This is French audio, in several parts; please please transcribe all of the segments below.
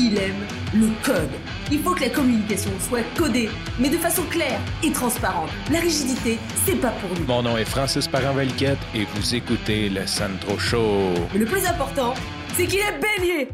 il aime le code. Il faut que la communication soit codée, mais de façon claire et transparente. La rigidité, c'est pas pour nous. Mon nom est Francis Parent-Valquette et vous écoutez le Sandro Show. Mais le plus important, c'est qu'il est bélier.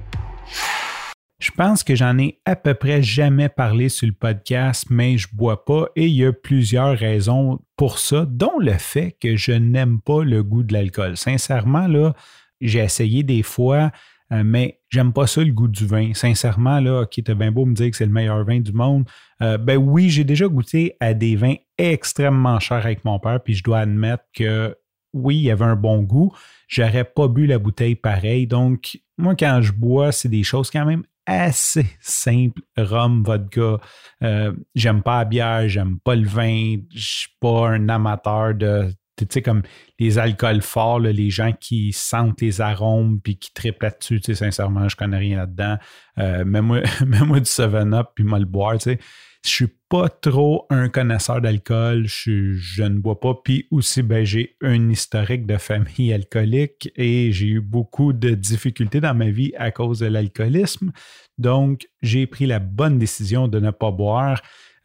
Je pense que j'en ai à peu près jamais parlé sur le podcast, mais je bois pas et il y a plusieurs raisons pour ça, dont le fait que je n'aime pas le goût de l'alcool. Sincèrement, là, j'ai essayé des fois, mais j'aime pas ça le goût du vin. Sincèrement, là, OK, t'as bien beau me dire que c'est le meilleur vin du monde. Ben oui, j'ai déjà goûté à des vins extrêmement chers avec mon père, puis je dois admettre que oui, il y avait un bon goût. J'aurais pas bu la bouteille pareil. Donc, moi, quand je bois, c'est des choses quand même assez simples. Rhum, vodka. J'aime pas la bière, j'aime pas le vin. Je suis pas un amateur de... Tu sais, comme les alcools forts, là, les gens qui sentent les arômes puis qui trippent là-dessus, tu sais, sincèrement, je connais rien là-dedans. Mets-moi du 7-Up puis moi le boire, tu sais. Je suis pas trop un connaisseur d'alcool, je ne bois pas. Puis aussi, ben, j'ai un historique de famille alcoolique et j'ai eu beaucoup de difficultés dans ma vie à cause de l'alcoolisme. Donc, j'ai pris la bonne décision de ne pas boire.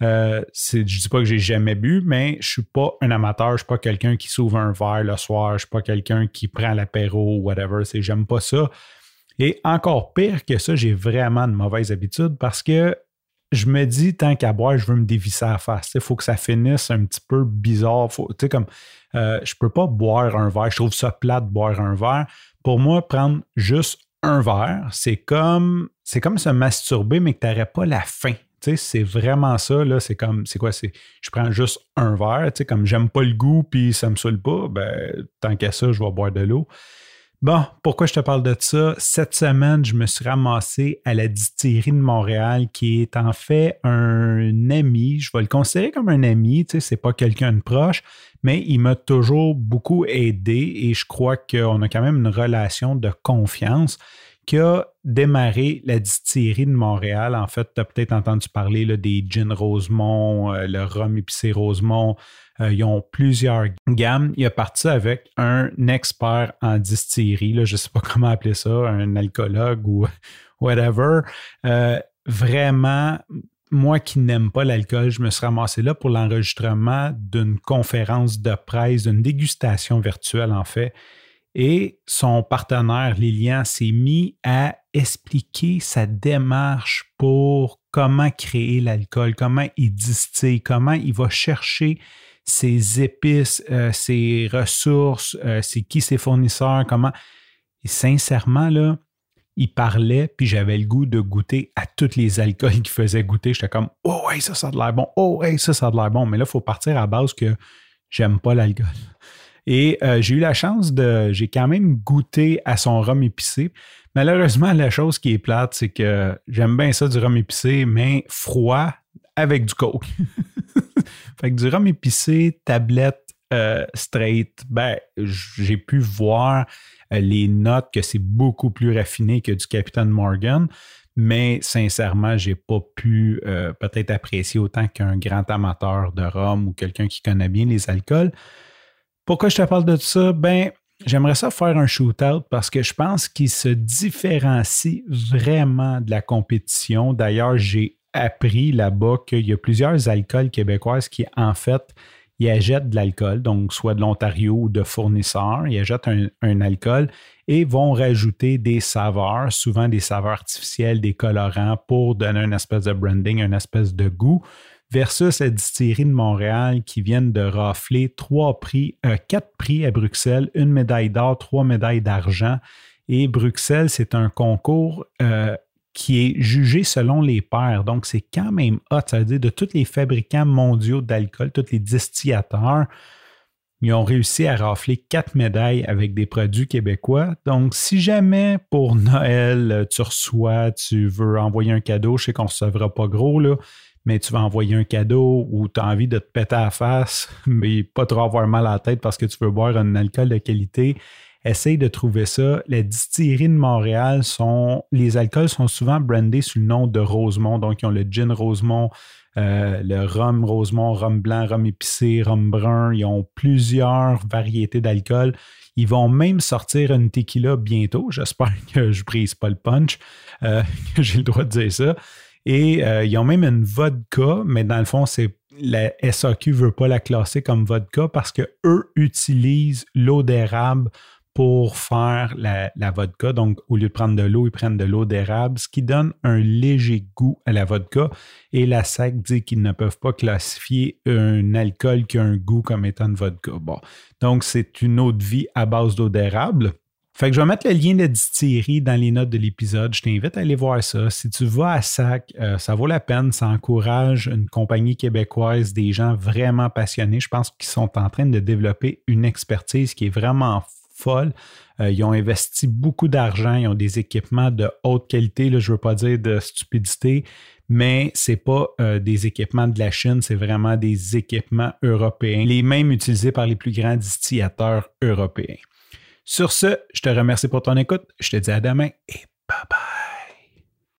Je dis pas que j'ai jamais bu, mais je suis pas un amateur, je suis pas quelqu'un qui s'ouvre un verre le soir, je suis pas quelqu'un qui prend l'apéro ou whatever, j'aime pas ça. Et encore pire que ça, j'ai vraiment de mauvaises habitudes parce que je me dis, tant qu'à boire, je veux me dévisser à la face. Il faut que ça finisse un petit peu bizarre. Je peux pas boire un verre. Je trouve ça plate de boire un verre. Pour moi, prendre juste un verre, c'est comme se masturber, mais que tu n'aurais pas la faim. C'est vraiment ça. Là, c'est quoi? Je prends juste un verre. Comme j'aime pas le goût puis ça me saoule pas, ben, tant qu'à ça, je vais boire de l'eau. Bon, pourquoi je te parle de ça? Cette semaine, je me suis ramassé à la distillerie de Montréal, qui est en fait un ami. Je vais le considérer comme un ami, c'est pas quelqu'un de proche, mais il m'a toujours beaucoup aidé et je crois qu'on a quand même une relation de confiance qui a démarré la distillerie de Montréal. En fait, tu as peut-être entendu parler là, des gins Rosemont, le rhum épicé Rosemont. Ils ont plusieurs gammes. Il a parti avec un expert en distillerie. Là, je ne sais pas comment appeler ça, un alcoologue ou whatever. Vraiment, moi qui n'aime pas l'alcool, je me suis ramassé là pour l'enregistrement d'une conférence de presse, d'une dégustation virtuelle en fait. Et son partenaire, Lilian, s'est mis à expliquer sa démarche pour comment créer l'alcool, comment il distille, comment il va chercher ses épices, ses ressources, c'est qui ses fournisseurs, comment. Et sincèrement, là, il parlait, puis j'avais le goût de goûter à tous les alcools qu'il faisait goûter. J'étais comme, oh, hey, ça a de l'air bon. Oh, hey, ça a de l'air bon. Mais là, il faut partir à la base que j'aime pas l'alcool. Et j'ai eu la chance j'ai quand même goûté à son rhum épicé. Malheureusement, la chose qui est plate, c'est que j'aime bien ça du rhum épicé, mais froid avec du coke. Fait que du rhum épicé, tablette straight, ben, j'ai pu voir les notes que c'est beaucoup plus raffiné que du Captain Morgan, mais sincèrement, j'ai pas pu peut-être apprécier autant qu'un grand amateur de rhum ou quelqu'un qui connaît bien les alcools. Pourquoi je te parle de tout ça? Ben, j'aimerais ça faire un shootout parce que je pense qu'il se différencie vraiment de la compétition. D'ailleurs, j'ai appris là-bas qu'il y a plusieurs alcools québécoises qui, en fait, ils achètent de l'alcool, donc soit de l'Ontario ou de fournisseurs. Ils achètent un alcool et vont rajouter des saveurs, souvent des saveurs artificielles, des colorants pour donner une espèce de branding, une espèce de goût. Versus la distillerie de Montréal qui viennent de rafler 4 prix à Bruxelles, 1 médaille d'or, 3 médailles d'argent. Et Bruxelles, c'est un concours qui est jugé selon les pairs. Donc, c'est quand même hot. Ça veut dire de tous les fabricants mondiaux d'alcool, tous les distillateurs, ils ont réussi à rafler 4 médailles avec des produits québécois. Donc, si jamais pour Noël, tu veux envoyer un cadeau, je sais qu'on ne recevra pas gros, là, mais tu vas envoyer un cadeau ou tu as envie de te péter à la face, mais pas trop avoir mal à la tête parce que tu veux boire un alcool de qualité, essaye de trouver ça. La distillerie de Montréal, les alcools sont souvent brandés sous le nom de Rosemont. Donc, ils ont le gin Rosemont, le rhum Rosemont, rhum blanc, rhum épicé, rhum brun. Ils ont plusieurs variétés d'alcool. Ils vont même sortir une tequila bientôt. J'espère que je ne brise pas le punch, que j'ai le droit de dire ça. Et ils ont même une vodka, mais dans le fond, la SAQ ne veut pas la classer comme vodka parce qu'eux utilisent l'eau d'érable pour faire la vodka. Donc, au lieu de prendre de l'eau, ils prennent de l'eau d'érable, ce qui donne un léger goût à la vodka. Et la SAQ dit qu'ils ne peuvent pas classifier un alcool qui a un goût comme étant une vodka. Bon, donc, c'est une eau de vie à base d'eau d'érable. Fait que je vais mettre le lien de distillerie dans les notes de l'épisode. Je t'invite à aller voir ça. Si tu vas à SAQ, ça vaut la peine. Ça encourage une compagnie québécoise, des gens vraiment passionnés. Je pense qu'ils sont en train de développer une expertise qui est vraiment folle. Ils ont investi beaucoup d'argent. Ils ont des équipements de haute qualité. Là, je ne veux pas dire de stupidité, mais ce n'est pas des équipements de la Chine. C'est vraiment des équipements européens, les mêmes utilisés par les plus grands distillateurs européens. Sur ce, je te remercie pour ton écoute. Je te dis à demain et